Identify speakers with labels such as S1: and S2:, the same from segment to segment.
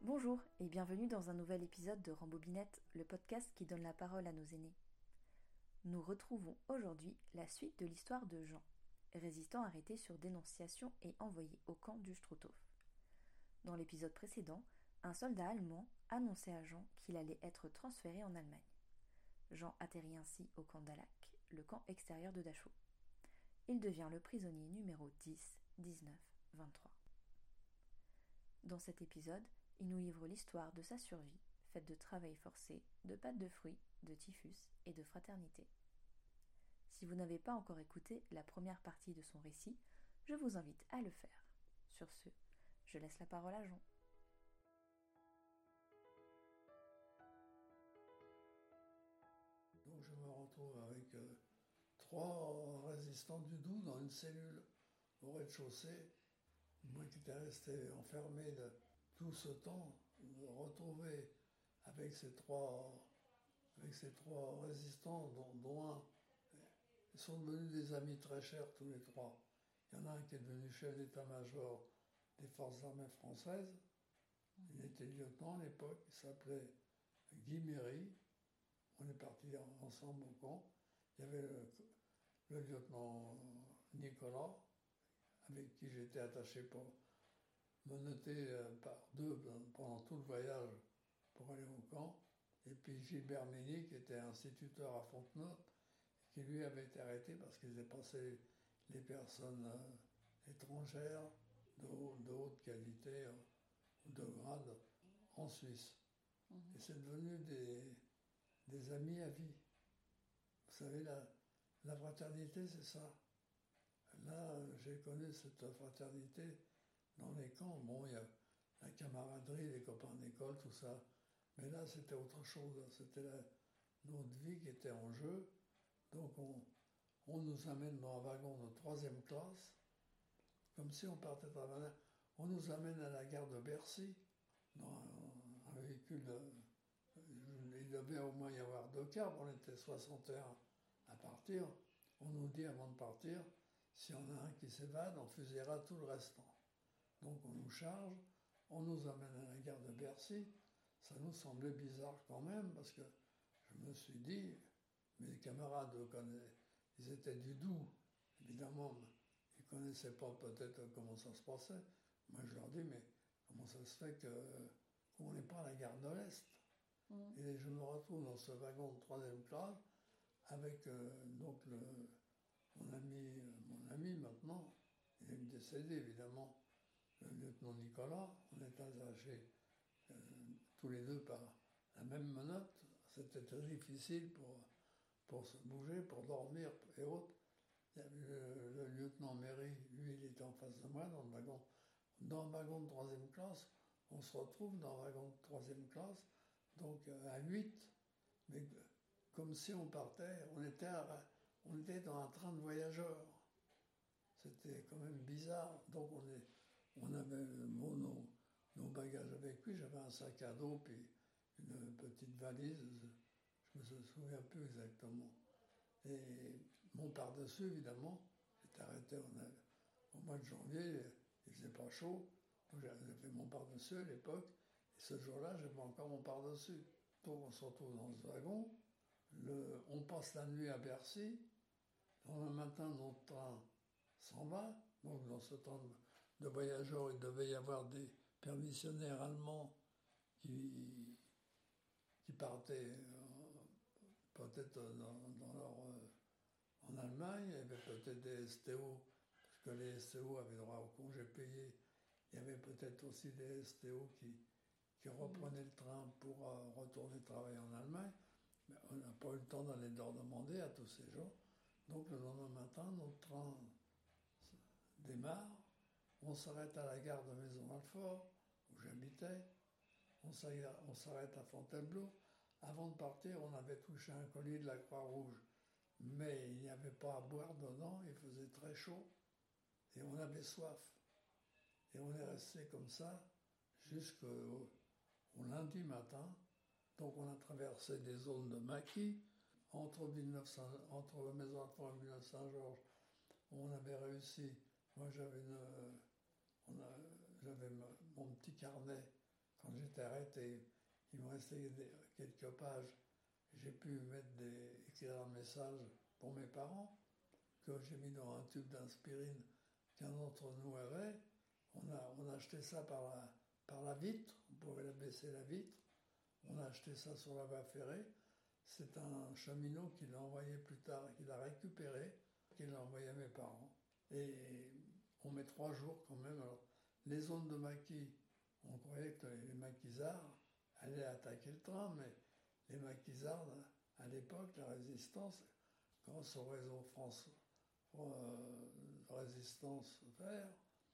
S1: Bonjour et bienvenue dans un nouvel épisode de Rambobinette, le podcast qui donne la parole à nos aînés. Nous retrouvons aujourd'hui la suite de l'histoire de Jean, résistant arrêté sur dénonciation et envoyé au camp du Struthof. Dans l'épisode précédent, un soldat allemand annonçait à Jean qu'il allait être transféré en Allemagne. Jean atterrit ainsi au camp d'Allac, le camp extérieur de Dachau. Il devient le prisonnier numéro 10, 19, 23. Dans cet épisode, il nous livre l'histoire de sa survie, faite de travail forcé, de pâtes de fruits, de typhus et de fraternité. Si vous n'avez pas encore écouté la première partie de son récit, je vous invite à le faire. Sur ce, je laisse la parole à Jean.
S2: Donc je me retrouve avec 3 résistants du Doubs dans une cellule au rez-de-chaussée. Moi qui étais resté enfermé de tout ce temps, me retrouver avec ces trois résistants, dont un, ils sont devenus des amis très chers tous les 3. Il y en a un qui est devenu chef d'état-major des forces armées françaises. Il était lieutenant à l'époque, il s'appelait Guy Méry. On est partis ensemble au camp. Il y avait le lieutenant Nicolas, avec qui j'étais attaché pour me noter par 2 pendant tout le voyage pour aller au camp. Et puis Gilbert Mény, qui était instituteur à Fontenay, qui lui avait été arrêté parce qu'il faisait passer les personnes étrangères de haute qualité ou de grade en Suisse. Et c'est devenu des amis à vie. Vous savez, la fraternité, c'est ça. Là, j'ai connu cette fraternité dans les camps. Bon, il y a la camaraderie, les copains d'école, tout ça. Mais là, c'était autre chose. C'était notre vie qui était en jeu. Donc, on nous amène dans un wagon de 3e classe, comme si on partait travailler. On nous amène à la gare de Bercy, dans un véhicule il devait au moins y avoir 2 cars. On était 61 à partir. On nous dit avant de partir, s'il y en a un qui s'évade, on fusillera tout le restant. Donc on nous charge, on nous amène à la gare de Bercy. Ça nous semblait bizarre quand même, parce que je me suis dit, mes camarades, ils étaient du Doubs, évidemment, ils ne connaissaient pas peut-être comment ça se passait. Moi je leur dis, mais comment ça se fait qu'on n'est pas à la gare de l'Est? Et je me retrouve dans ce wagon de 3e classe avec donc mon ami maintenant, il est décédé évidemment, le lieutenant Nicolas. On est attachés tous les 2 par la même menotte. C'était très difficile pour se bouger, pour dormir et autres. Il y avait le lieutenant Méry, lui il était en face de moi dans le wagon de 3e classe. On se retrouve dans le wagon de 3e classe, donc à 8, mais comme si on partait, on était dans un train de voyageurs. C'était quand même bizarre. Donc on avait nos bagages avec lui. J'avais un sac à dos, puis une petite valise, je ne me souviens plus exactement. Et mon pardessus, évidemment, j'étais arrêté au mois de janvier, il faisait pas chaud. Donc j'avais fait mon pardessus à l'époque, et ce jour-là, j'avais encore mon pardessus. Donc on se retrouve dans ce wagon, on passe la nuit à Bercy, dans le matin, notre train s'en va. Donc dans ce train de voyageurs, il devait y avoir des permissionnaires allemands qui partaient peut-être en Allemagne. Il y avait peut-être des STO, parce que les STO avaient droit au congé payé. Il y avait peut-être aussi des STO qui reprenaient le train pour retourner travailler en Allemagne. Mais on n'a pas eu le temps d'aller leur demander à tous ces gens. Donc le lendemain matin, notre train démarre. On s'arrête à la gare de Maison-Alfort, où j'habitais. On s'arrête à Fontainebleau. Avant de partir, on avait touché un colis de la Croix-Rouge. Mais il n'y avait pas à boire dedans, il faisait très chaud. Et on avait soif. Et on est resté comme ça jusqu'au lundi matin. Donc on a traversé des zones de maquis. Entre Maison-Alfort et Villeneuve-Saint-Georges, on avait réussi. Moi j'avais mon petit carnet Quand j'étais arrêté, il me restait quelques pages. J'ai pu écrire un message pour mes parents, que j'ai mis dans un tube d'aspirine qu'un d'entre nous avait. On a acheté ça par la vitre, on pouvait la baisser la vitre. On a acheté ça sur la voie ferrée. C'est un cheminot qui l'a envoyé plus tard, qui l'a récupéré, qui l'a envoyé à mes parents. Et on met 3 jours quand même. Alors, les zones de maquis, on croyait que les maquisards allaient attaquer le train, mais les maquisards, à l'époque, la résistance, grâce au réseau France Résistance Vert,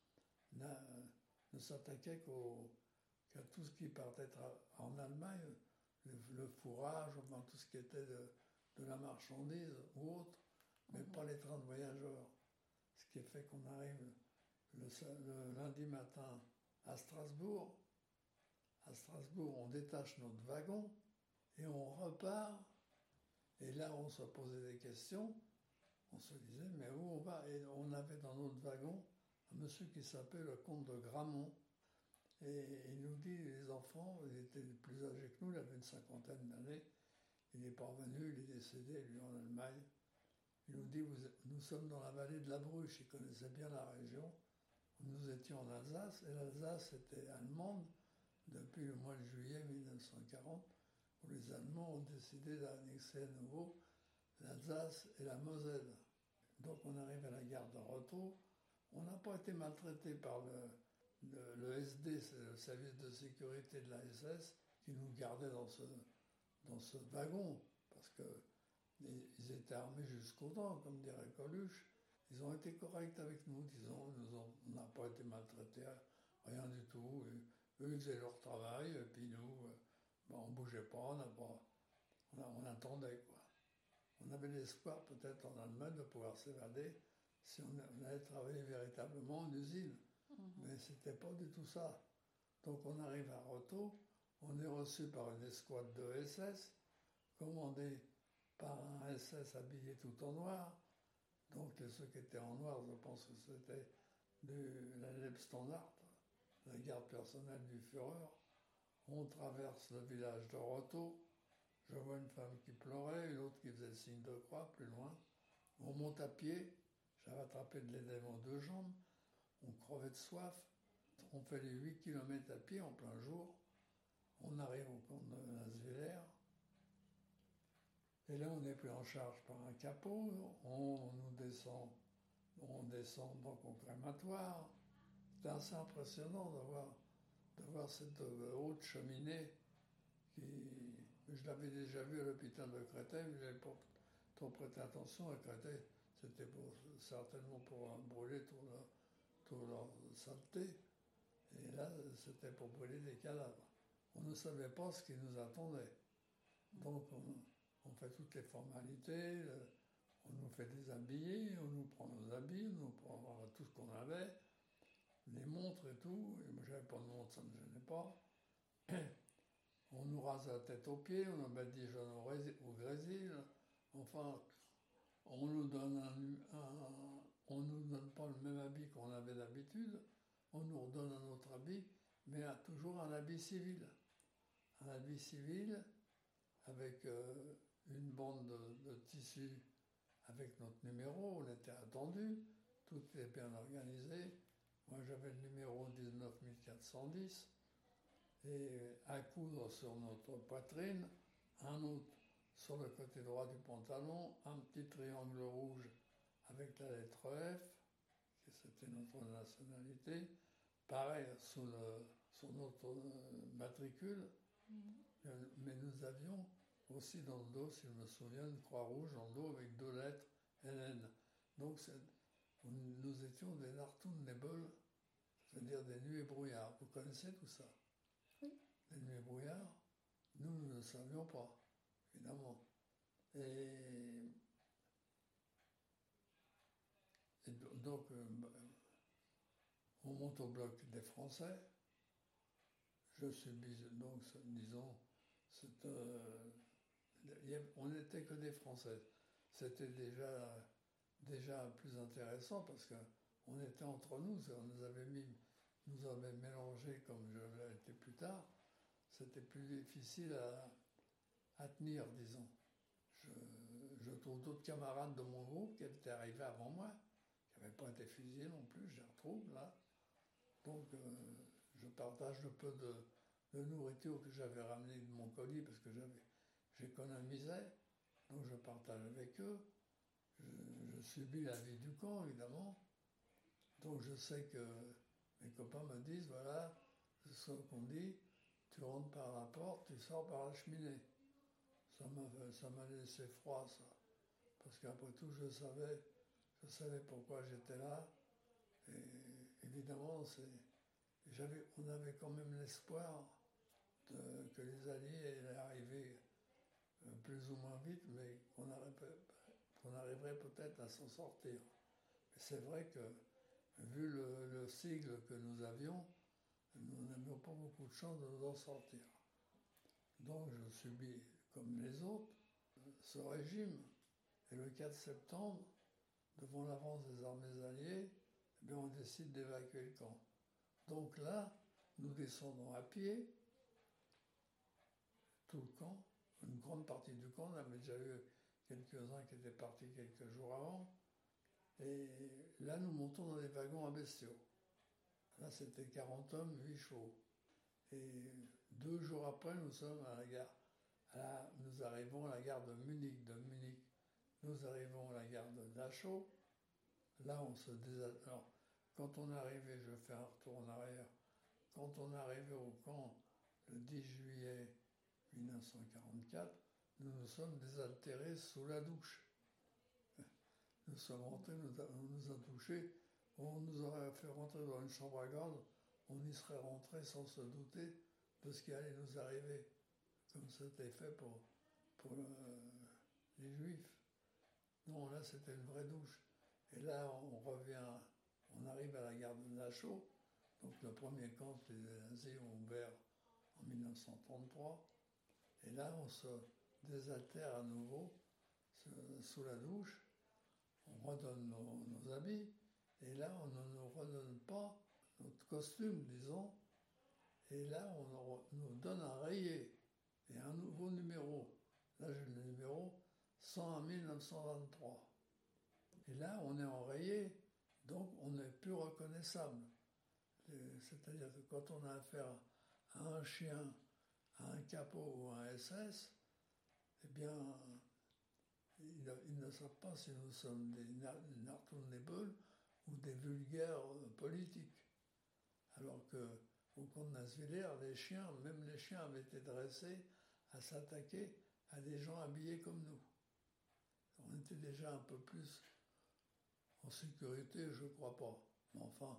S2: ne s'attaquait qu'à tout ce qui partait en Allemagne, le fourrage, enfin tout ce qui était de la marchandise ou autre, mais pas les trains de voyageurs. Ce qui fait qu'on arrive le lundi matin à Strasbourg. À Strasbourg, on détache notre wagon et on repart. Et là, on se posait des questions. On se disait, mais où on va? Et on avait dans notre wagon un monsieur qui s'appelait le comte de Gramont. Et il nous dit, les enfants, il était plus âgé que nous, il avait une 50aine d'années. Il est pas revenu, il est décédé, lui, en Allemagne. Il nous dit, nous sommes dans la vallée de la Bruche, il connaissait bien la région. Nous étions en Alsace, et l'Alsace était allemande depuis le mois de juillet 1940, où les Allemands ont décidé d'annexer à nouveau l'Alsace et la Moselle. Donc on arrive à la gare de retour. On n'a pas été maltraité par le SD, c'est le service de sécurité de la SS, qui nous gardait dans ce wagon, parce qu'ils étaient armés jusqu'aux dents, comme dirait Coluche. Ils ont été corrects avec nous, disons, on n'a pas été maltraités, rien du tout. Et eux, ils faisaient leur travail, et puis nous, on ne bougeait pas, on attendait, quoi. On avait l'espoir, peut-être en Allemagne, de pouvoir s'évader si on allait travailler véritablement en usine. Mais ce n'était pas du tout ça. Donc on arrive à Roto, on est reçu par une escouade de SS, commandée par un SS habillé tout en noir. Donc ceux qui étaient en noir, je pense que c'était la Leibstandarte, la garde personnelle du Führer. On traverse le village de Roto. Je vois une femme qui pleurait, une autre qui faisait le signe de croix plus loin. On monte à pied. J'avais attrapé de l'édème aux 2 jambes. On crevait de soif. On fait les 8 km à pied en plein jour. On arrive au camp de Naswiller. Et là, on est pris en charge par un capot. On descend donc au crématoire. C'était assez impressionnant de voir cette haute cheminée je l'avais déjà vu à l'hôpital de Créteil, mais je n'avais pas trop prêté attention à Créteil. C'était certainement pour brûler toute leur saleté. Et là, c'était pour brûler des cadavres. On ne savait pas ce qui nous attendait. Donc, on fait toutes les formalités, on nous fait déshabiller, on nous prend nos habits, on nous prend tout ce qu'on avait, les montres et tout. Et moi, j'avais pas de montre, ça ne me gênait pas. On nous rase la tête aux pieds, on nous badigeonne au grésil. Enfin, on nous donne on nous donne pas le même habit qu'on avait d'habitude. On nous redonne un autre habit, mais toujours un habit civil. Un habit civil avec une bande de tissu avec notre numéro. On était attendu, tout était bien organisé. Moi, j'avais le numéro 19410. Et à coudre sur notre poitrine, un autre sur le côté droit du pantalon, un petit triangle rouge avec la lettre F, qui c'était notre nationalité, pareil sur notre matricule, mais nous avions aussi dans le dos, si je me souviens, une croix rouge dans le dos avec 2 lettres NN. Donc nous étions des Nachtonnebel, c'est-à-dire des nuits et brouillards. Vous connaissez tout ça? Les nuits et brouillards, nous ne le savions pas, évidemment. Et donc, on monte au bloc des Français. Je subis donc, disons, on n'était que des Français. C'était déjà plus intéressant parce qu'on était entre nous. On nous avait mélangés, comme je l'ai été plus tard, c'était plus difficile à tenir, disons. Je trouve d'autres camarades de mon groupe qui étaient arrivés avant moi, qui n'avaient pas été fusillés non plus, je les retrouve là. Donc je partage le peu de nourriture que j'avais ramené de mon colis parce que j'économisais. Donc je partage avec eux. Je subis la vie du camp, évidemment. Donc je sais que mes copains me disent, voilà, c'est ce qu'on dit, tu rentres par la porte, tu sors par la cheminée. Ça m'a laissé froid, ça. Parce qu'après tout, je savais pourquoi j'étais là. Et évidemment, on avait quand même l'espoir que les Alliés allaient arriver plus ou moins vite, mais qu'on arriverait peut-être à s'en sortir. Mais c'est vrai que, vu le sigle que nous avions, nous n'avions pas beaucoup de chance de nous en sortir. Donc je subis, comme les autres, ce régime. Et le 4 septembre, devant l'avance des armées alliées, eh bien, on décide d'évacuer le camp. Donc là, nous descendons à pied, tout le camp, une grande partie du camp, on avait déjà eu quelques-uns qui étaient partis quelques jours avant, et là nous montons dans des wagons à bestiaux. Là c'était 40 hommes, 8 chevaux. Et 2 jours après, nous sommes à la gare. Nous arrivons à la gare de Munich. Nous arrivons à la gare de Dachau. Là, on se désattend. Alors, quand on est arrivé, je fais un retour en arrière. Quand on est arrivé au camp le 10 juillet 1944, nous nous sommes désaltérés sous la douche. Nous sommes rentrés, on nous a touchés, on nous aurait fait rentrer dans une chambre à garde, on y serait rentré sans se douter de ce qui allait nous arriver, comme c'était fait pour les Juifs. Non, là c'était une vraie douche. Et là on arrive à la gare de Dachau, donc le premier camp que les nazis ont ouvert en 1933. Et là on se désaltère à nouveau sous la douche, on redonne nos habits, et là on ne nous redonne pas notre costume, disons, et là on nous donne un rayé et un nouveau numéro. Là j'ai le numéro 101 923. Et là on est enrayé, donc on n'est plus reconnaissable. C'est-à-dire que quand on a affaire à un chien, à un capot ou à un SS, eh bien, ils ne savent pas si nous sommes des Nartournebel ou des vulgaires politiques. Alors qu'au camp de Naswiller, même les chiens avaient été dressés à s'attaquer à des gens habillés comme nous. On était déjà un peu plus en sécurité, je ne crois pas. Mais enfin,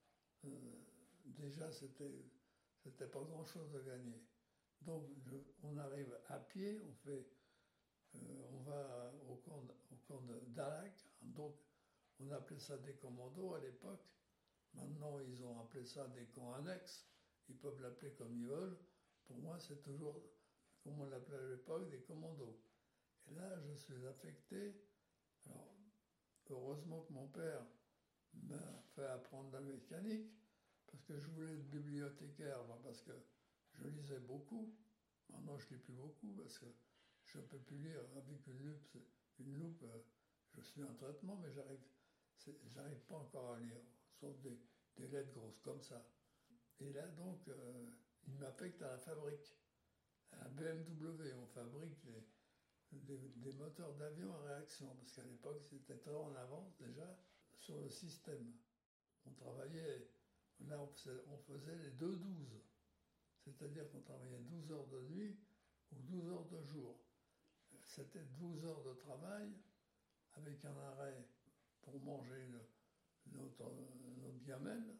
S2: déjà, c'était pas grand-chose à gagner. Donc, on arrive à pied, on va au camp de Dalag, donc on appelait ça des commandos à l'époque. Maintenant, ils ont appelé ça des camps annexes. Ils peuvent l'appeler comme ils veulent. Pour moi, c'est toujours, comme on l'appelait à l'époque, des commandos. Et là, je suis affecté. Alors, heureusement que mon père m'a fait apprendre la mécanique, parce que je voulais être bibliothécaire, parce que je lisais beaucoup. Maintenant, je ne lis plus beaucoup, parce que je ne peux plus lire avec une loupe. Je suis en traitement, mais j'arrive pas encore à lire, sauf des lettres grosses comme ça. Et là, donc, il m'affecte à la fabrique. À la BMW, on fabrique des moteurs d'avion à réaction, parce qu'à l'époque, c'était très en avance déjà sur le système. On travaillait, là, on faisait les 2-12, c'est-à-dire qu'on travaillait 12 heures de nuit ou 12 heures de jour. C'était 12 heures de travail avec un arrêt pour manger notre gamelle,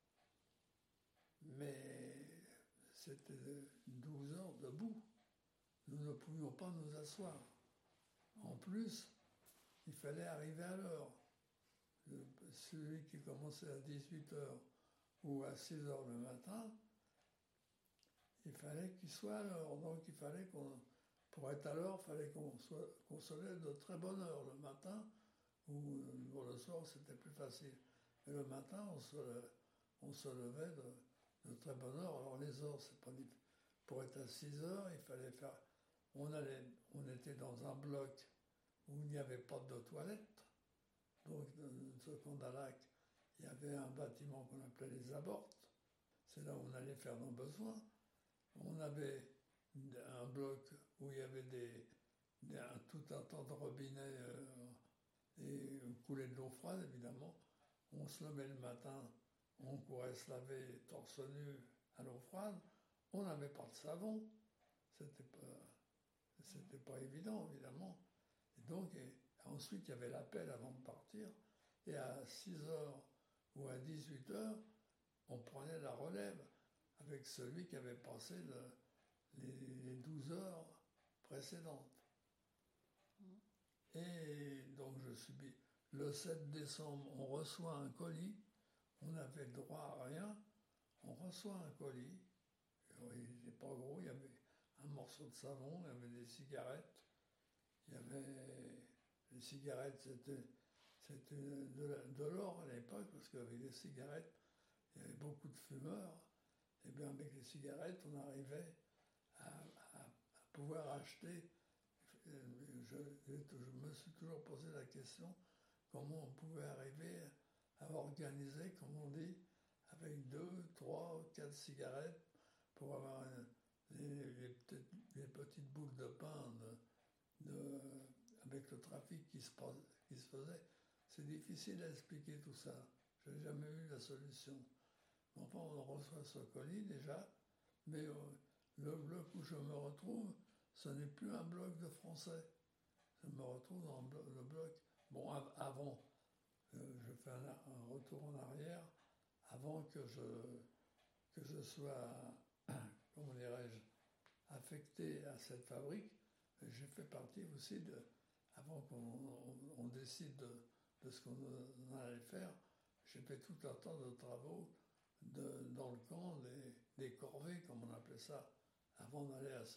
S2: mais c'était 12 heures debout. Nous ne pouvions pas nous asseoir. En plus, il fallait arriver à l'heure. Celui qui commençait à 18 heures ou à 6 heures le matin, il fallait qu'il soit à l'heure. Donc il fallait pour être à l'heure, il fallait qu'on se lève de très bonne heure le matin, ou pour le soir c'était plus facile. Mais le matin, on se levait de très bonne heure. Alors les heures, c'est pour être à 6 heures, il fallait faire... On était dans un bloc où il n'y avait pas de toilettes. Donc, dans ce Condalac, il y avait un bâtiment qu'on appelait les abortes. C'est là où on allait faire nos besoins. On avait un bloc où il y avait tout un tas de robinets et coulait de l'eau froide, évidemment. On se levait le matin, on courait se laver torse nu à l'eau froide. On n'avait pas de savon. C'était pas évident, évidemment. Et donc, ensuite, il y avait l'appel avant de partir. Et à 6 heures ou à 18 heures, on prenait la relève avec celui qui avait passé les 12 heures précédentes. Et donc, je subis. Le 7 décembre, on reçoit un colis. On n'avait droit à rien. On reçoit un colis. Il n'était pas gros. Il y avait un morceau de savon, il y avait des cigarettes. Il y avait... Les cigarettes, c'était de l'or à l'époque, parce qu'avec les cigarettes, il y avait beaucoup de fumeurs. Et bien avec les cigarettes, on arrivait à pouvoir acheter. Je me suis toujours posé la question comment on pouvait arriver à organiser, comme on dit, avec 2, 3, 4 cigarettes pour avoir les petites boules de pain avec le trafic qui se faisait. C'est difficile à expliquer tout ça. Je n'ai jamais eu la solution. Enfin, on reçoit ce colis déjà, mais le bloc où je me retrouve, ce n'est plus un bloc de français. Je me retrouve dans le bloc. Bon, avant, je fais un retour en arrière, avant que je sois, comment dirais-je, affecté à cette fabrique, j'ai fait partie aussi avant qu'on décide de ce qu'on allait faire, j'ai fait tout un tas de travaux dans le camp des corvées, comme on appelait ça, avant d'aller à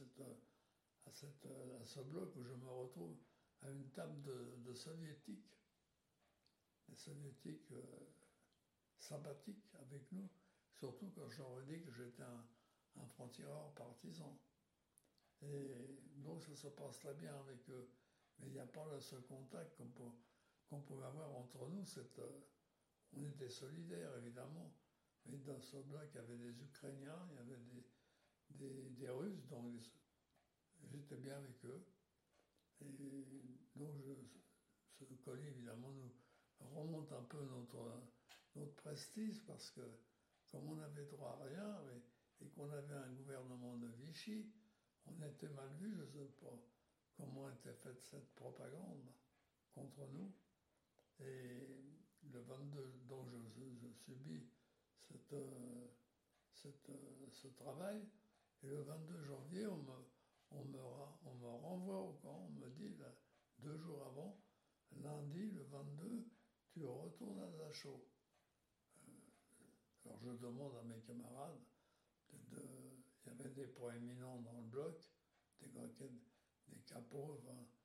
S2: ce bloc où je me retrouve à une table de soviétiques. Les soviétiques sympathiques avec nous, surtout quand je leur ai dit que j'étais un franc-tireur partisan. Et donc ça se passe très bien avec eux. Mais il n'y a pas ce contact qu'on pouvait avoir entre nous. On était solidaires, évidemment. Mais dans ce bloc, il y avait des Ukrainiens, il y avait des Russes, donc j'étais bien avec eux. Et donc ce colis, évidemment, nous remonte un peu notre prestige parce que comme on n'avait droit à rien et qu'on avait un gouvernement de Vichy, on était mal vu, je ne sais pas comment était faite cette propagande contre nous. Et le 22, donc je subis ce travail, et le 22 janvier, on me renvoie au camp, on me dit, là, 2 jours avant, lundi, le 22, tu retournes à Dachau. Alors je demande à mes camarades, il y avait des proéminents dans le bloc, des capots,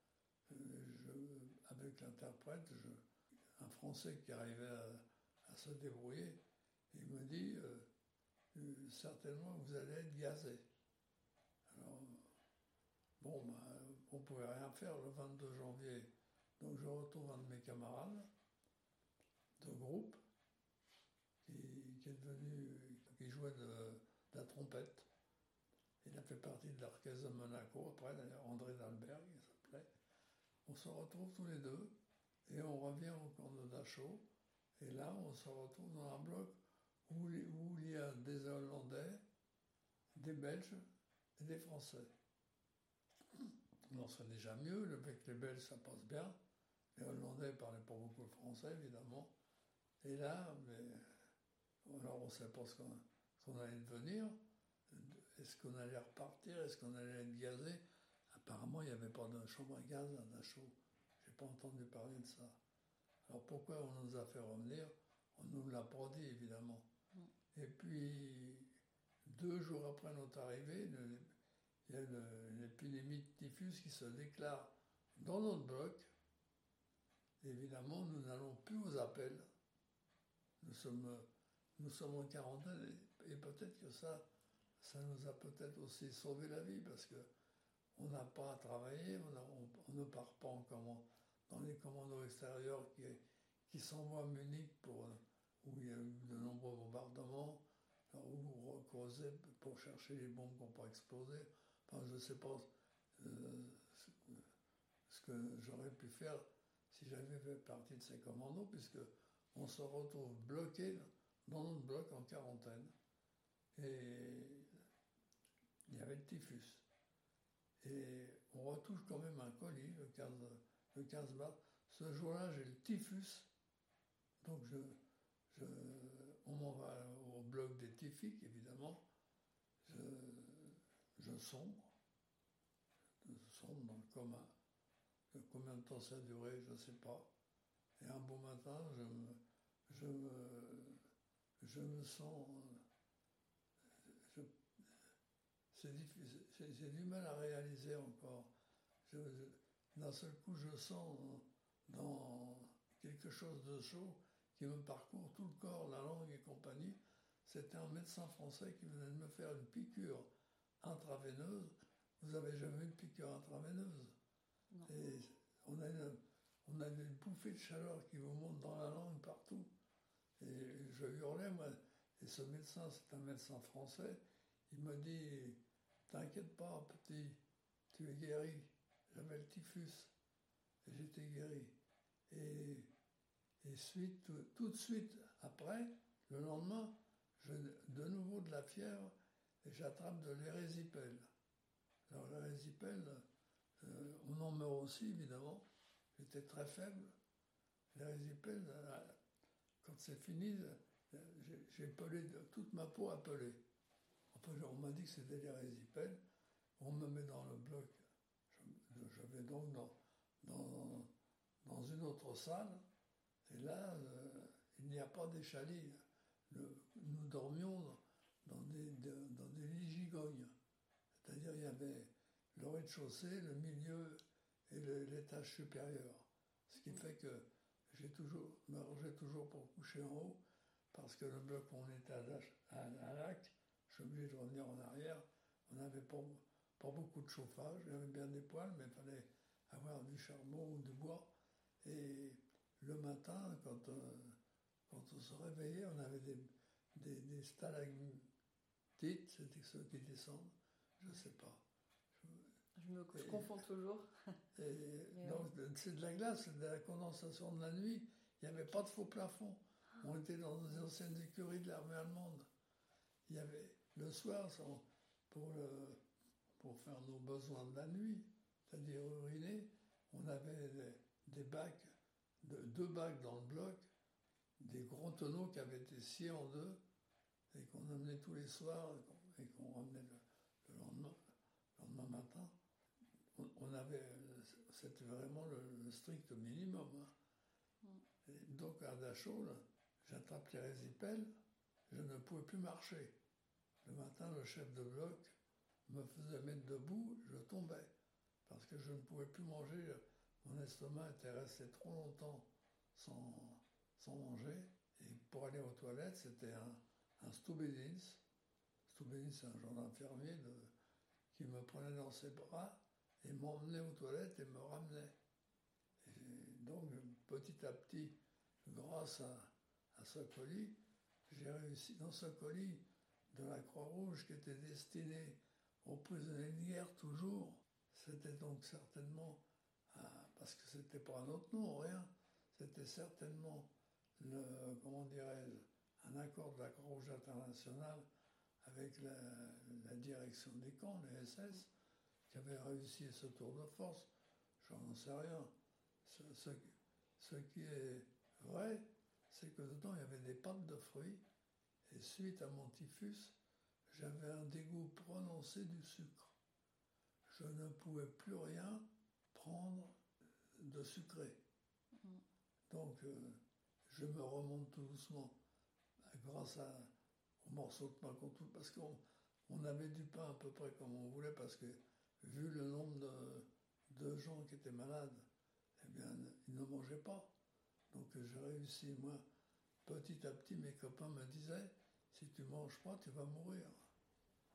S2: avec l'interprète, un Français qui arrivait à se débrouiller, il me dit certainement vous allez être gazé. Alors, bon, on ne pouvait rien faire le 22 janvier. Donc je retrouve un de mes camarades de groupe qui jouait de la trompette. Il a fait partie de l'orchestre de Monaco, après d'ailleurs André Dalberg, il s'appelait. On se retrouve tous les deux et on revient au camp de Dachau. Et là, on se retrouve dans un bloc où il y a des Hollandais, des Belges et des Français. Non, c'est déjà mieux, avec les Belges ça passe bien. Les Hollandais ne parlaient pas beaucoup le français, évidemment. Et là, alors on ne savait pas ce qu'on allait devenir. Est-ce qu'on allait repartir? Est-ce qu'on allait être gazé? Apparemment, il n'y avait pas de chambre à gaz à Dachau. Je n'ai pas entendu parler de ça. Alors pourquoi on nous a fait revenir? On nous l'a pas dit, évidemment. Et puis, 2 jours après notre arrivée, il y a l'épidémie de typhus qui se déclare dans notre bloc. Évidemment, nous n'allons plus aux appels. Nous sommes en quarantaine et peut-être que ça ça nous a peut-être aussi sauvé la vie parce que on n'a pas à travailler, on ne part pas dans les commandos extérieurs qui s'envoient à Munich où il y a eu de nombreux bombardements, ou creuser pour chercher les bombes qui n'ont pas explosé. Enfin, je ne sais pas ce que j'aurais pu faire si j'avais fait partie de ces commandos, puisque on se retrouve bloqué dans notre bloc en quarantaine. Et il y avait le typhus. Et on retouche quand même un colis le 15 mars. Ce jour-là, j'ai le typhus. Donc on m'en va au bloc des typhiques, évidemment. Je sombre. Je sombre dans le coma. Combien de temps ça a duré, je ne sais pas. Et un beau matin, je me sens... J'ai du mal à réaliser encore. D'un seul coup, je sens dans quelque chose de chaud qui me parcourt tout le corps, la langue et compagnie. C'était un médecin français qui venait de me faire une piqûre intraveineuse. Vous avez jamais eu une piqûre intraveineuse?
S1: Non.
S2: Et on a une bouffée de chaleur qui vous monte dans la langue partout. Et je hurlais, moi. Et ce médecin, c'est un médecin français, il m'a dit, t'inquiète pas, petit, tu es guéri. J'avais le typhus. Et j'étais guéri. Et tout de suite après, le lendemain, j'ai de nouveau de la fièvre et j'attrape de l'érésipèle. Alors l'érésipèle, on en meurt aussi, évidemment. J'étais très faible. L'érésipèle, quand c'est fini, j'ai pelé, toute ma peau a pelé. Enfin, on m'a dit que c'était l'érésipèle. On me met dans le bloc. Je vais donc dans une autre salle. Et là, il n'y a pas d'échalis. Nous dormions dans des lits gigognes. C'est-à-dire il y avait le rez-de-chaussée, le milieu et l'étage supérieur. Ce qui fait que me rangeais toujours pour coucher en haut, parce que le bloc où on était à Lac, je suis obligé de revenir en arrière, on n'avait pas beaucoup de chauffage, il y avait bien des poêles, mais il fallait avoir du charbon ou du bois. Et le matin, quand on se réveillait, on avait des stalagmites, c'était ceux qui descendent, je ne sais pas.
S1: Je confonds toujours.
S2: Donc, c'est de la glace, c'est de la condensation de la nuit. Il n'y avait pas de faux plafond. On était dans des anciennes écuries de l'armée allemande. Il y avait le soir, pour faire nos besoins de la nuit, c'est-à-dire uriner, on avait des bacs, deux bacs dans le bloc, des gros tonneaux qui avaient été sciés en deux et qu'on amenait tous les soirs et qu'on ramenait le lendemain matin. C'était vraiment le strict minimum. Hein. Et donc à Dachau, j'attrape l'érésipèle, je ne pouvais plus marcher. Le matin, le chef de bloc me faisait mettre debout, je tombais, parce que je ne pouvais plus manger. Mon estomac était resté trop longtemps sans manger. Et pour aller aux toilettes, c'était un Stubedins. Stubedins, c'est un genre d'infirmier qui me prenait dans ses bras et m'emmenait aux toilettes et me ramenait. Et donc, petit à petit, grâce à ce colis, j'ai réussi dans ce colis de la Croix-Rouge qui était destiné aux prisonniers de guerre toujours. C'était donc certainement, parce que c'était pas un autre nom, rien, c'était certainement comment dirais-je, un accord de la Croix-Rouge internationale avec la direction des camps, les SS, qui avait réussi ce tour de force. J'en sais rien. Ce qui est vrai, c'est que dedans, il y avait des pâtes de fruits, et suite à mon typhus, j'avais un dégoût prononcé du sucre. Je ne pouvais plus rien prendre de sucré. Donc, je me remonte tout doucement grâce au morceau de pain qu'on trouve, parce qu'on avait du pain à peu près comme on voulait, parce que vu le nombre de gens qui étaient malades, eh bien, ils ne mangeaient pas. Donc j'ai réussi, moi, petit à petit, mes copains me disaient, si tu ne manges pas, tu vas mourir.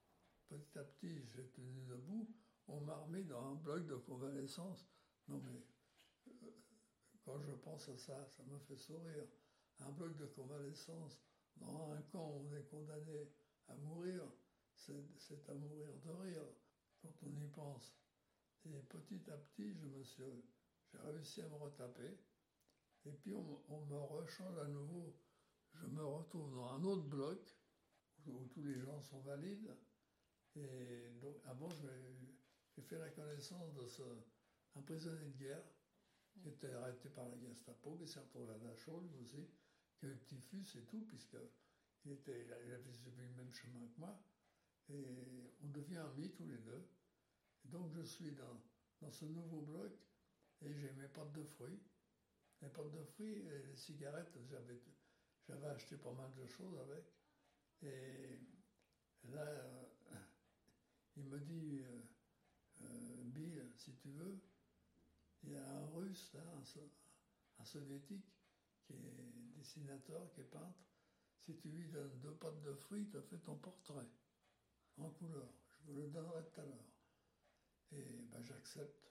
S2: petit à petit, j'ai tenu debout. On m'a remis dans un bloc de convalescence. Non mais, quand je pense à ça, ça me fait sourire. Un bloc de convalescence, dans un camp où on est condamné à mourir, c'est à mourir de rire quand on y pense. Et petit à petit, j'ai réussi à me retaper. Et puis on me rechange à nouveau. Je me retrouve dans un autre bloc où tous les gens sont valides. Et donc, avant, j'ai fait la connaissance un prisonnier de guerre qui était arrêté par la Gestapo, qui s'est retrouvé à Dachau, lui aussi, qui a eu le typhus et tout, puisqu'il avait suivi le même chemin que moi. Et on devient amis tous les deux. Et donc, je suis dans ce nouveau bloc et j'ai mes pâtes de fruits. Les pâtes de fruits et les cigarettes, j'avais acheté pas mal de choses avec. Et là, il me dit, Bill, si tu veux, il y a un russe, là, un soviétique, qui est dessinateur, qui est peintre. Si tu lui donnes 2 pâtes de fruits, tu as fait ton portrait en couleur. Je vous le donnerai tout à l'heure. Et ben, j'accepte.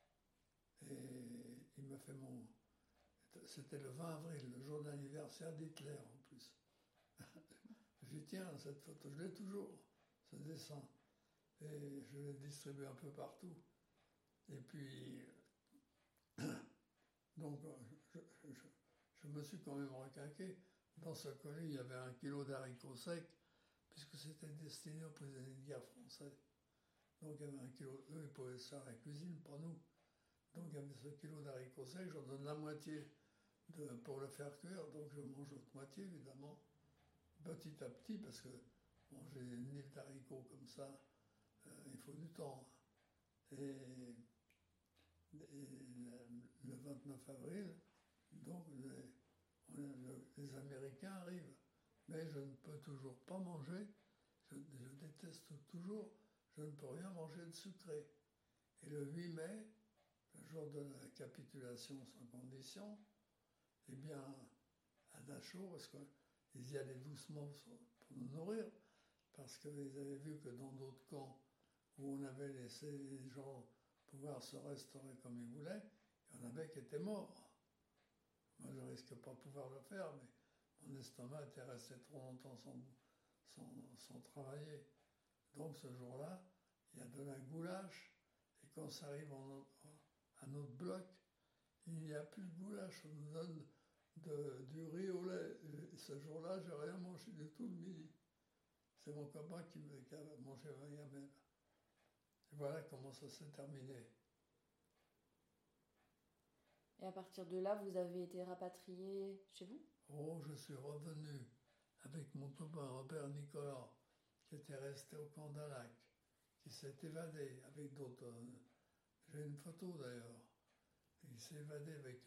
S2: Et il m'a fait mon... C'était le 20 avril, le jour de l'anniversaire d'Hitler en plus. J'ai dit, tiens, cette photo, je l'ai toujours, ce dessin. Et je l'ai distribué un peu partout. Et puis, donc, je me suis quand même requinqué. Dans ce colis, il y avait 1 kilo d'haricots secs, puisque c'était destiné aux prisonniers de guerre français. Donc, il y avait 1 kilo, eux, ils pouvaient se faire la cuisine, pas nous. Donc, il y avait ce kilo d'haricots secs, j'en donne la moitié pour le faire cuire, donc je mange l'autre moitié, évidemment, petit à petit, parce que manger une île d'haricots comme ça, il faut du temps. Et le 29 avril, donc les Américains arrivent. Mais je ne peux toujours pas manger, je déteste toujours, je ne peux rien manger de sucré. Et le 8 mai, le jour de la capitulation sans condition, eh bien, à Dachau, parce qu'ils y allaient doucement pour nous nourrir, parce qu'ils avaient vu que dans d'autres camps où on avait laissé les gens pouvoir se restaurer comme ils voulaient, il y en avait qui étaient morts. Moi, je ne risque pas de pouvoir le faire, mais mon estomac était resté trop longtemps sans travailler. Donc ce jour-là, il y a de la goulash, et quand ça arrive à notre bloc, il n'y a plus de goulash, on nous donne du riz au lait. Et ce jour-là, je n'ai rien mangé du tout le midi. C'est mon copain qui a mangé un yamel. Et voilà comment ça s'est terminé.
S1: Et à partir de là, vous avez été rapatrié chez vous?
S2: Oh, je suis revenu avec mon copain Robert Nicolas, qui était resté au camp d'Alac, qui s'est évadé avec d'autres. J'ai une photo d'ailleurs. Il s'est évadé avec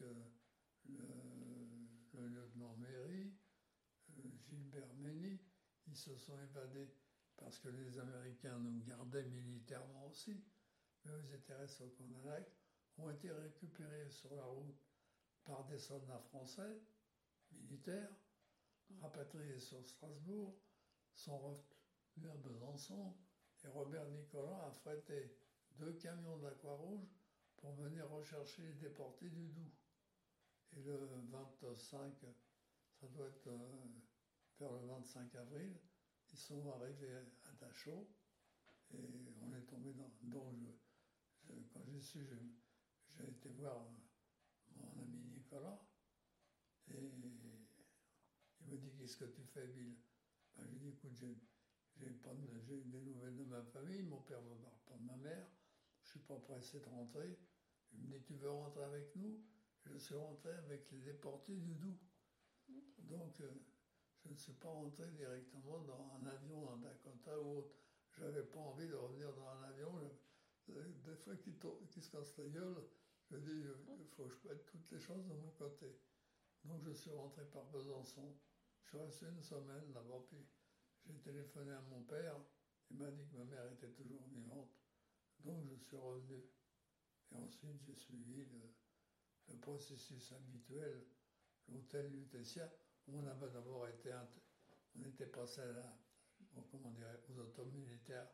S2: le lieutenant Méry, Gilbert Mény. Ils se sont évadés parce que les Américains nous gardaient militairement aussi, mais ils étaient restés au camp d'Alac, ont été récupérés sur la route par des soldats français, militaires, rapatriés sur Strasbourg, sont revenus à Besançon, et Robert Nicolas a frété 2 camions de la Croix-Rouge pour venir rechercher les déportés du Doubs. Et le 25, ça doit être vers le 25 avril, ils sont arrivés à Dachau, et on est tombé dans... Donc, quand j'y suis, j'ai été voir mon ami Nicolas, et il me dit, qu'est-ce que tu fais, Bill? Ben, je lui dis, écoute, j'ai des nouvelles de ma famille, mon père ne me parle pas de ma mère, je ne suis pas pressé de rentrer. Il me dit, tu veux rentrer avec nous? Je suis rentré avec les déportés du Doubs. Okay. Donc, je ne suis pas rentré directement dans un avion en Dakota ou autre. Je n'avais pas envie de revenir dans un avion. Des fois qui se casse la gueule, je dis, il faut que je mette toutes les choses de mon côté. Donc, je suis rentré par Besançon. Je suis resté 1 semaine là-bas, puis j'ai téléphoné à mon père. Il m'a dit que ma mère était toujours vivante. Donc, je suis revenu. Et ensuite, j'ai suivi le processus habituel, l'hôtel Lutetia, où on avait d'abord été, on était passé aux autos militaires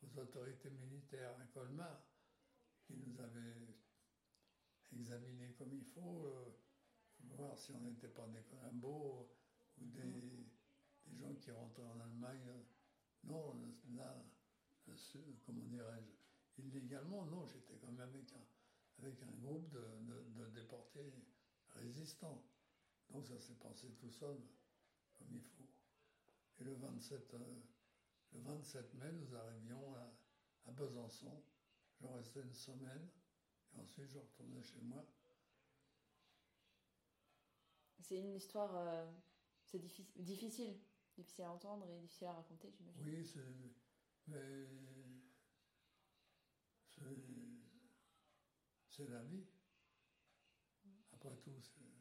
S2: aux autorités militaires à Colmar, qui nous avaient examinés comme il faut, voir si on n'était pas des Colombo ou des gens qui rentraient en Allemagne. Non, là, comment dirais-je, illégalement, non, j'étais quand même avec un groupe de déportés résistants. Donc ça s'est passé tout seul, comme il faut. Et le 27 mai, nous arrivions à Besançon. Je restais une semaine, et ensuite je retournais chez moi.
S1: C'est une histoire c'est difficile à entendre et difficile à raconter, j'imagine.
S2: Oui, mais c'est la vie. Après tout,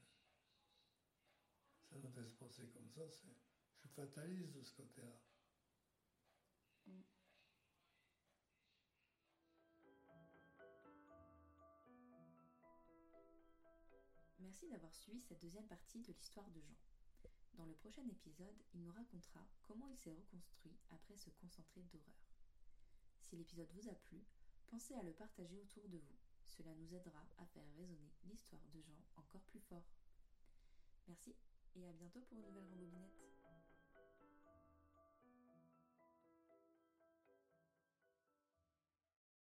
S2: ça devait se passer comme ça. Je suis fataliste de ce côté-là.
S1: Merci d'avoir suivi cette deuxième partie de l'histoire de Jean. Dans le prochain épisode, il nous racontera comment il s'est reconstruit après ce concentré d'horreur. Si l'épisode vous a plu, pensez à le partager autour de vous. Cela nous aidera à faire résonner l'histoire de Jean encore plus fort. Merci et à bientôt pour une nouvelle rembobinette.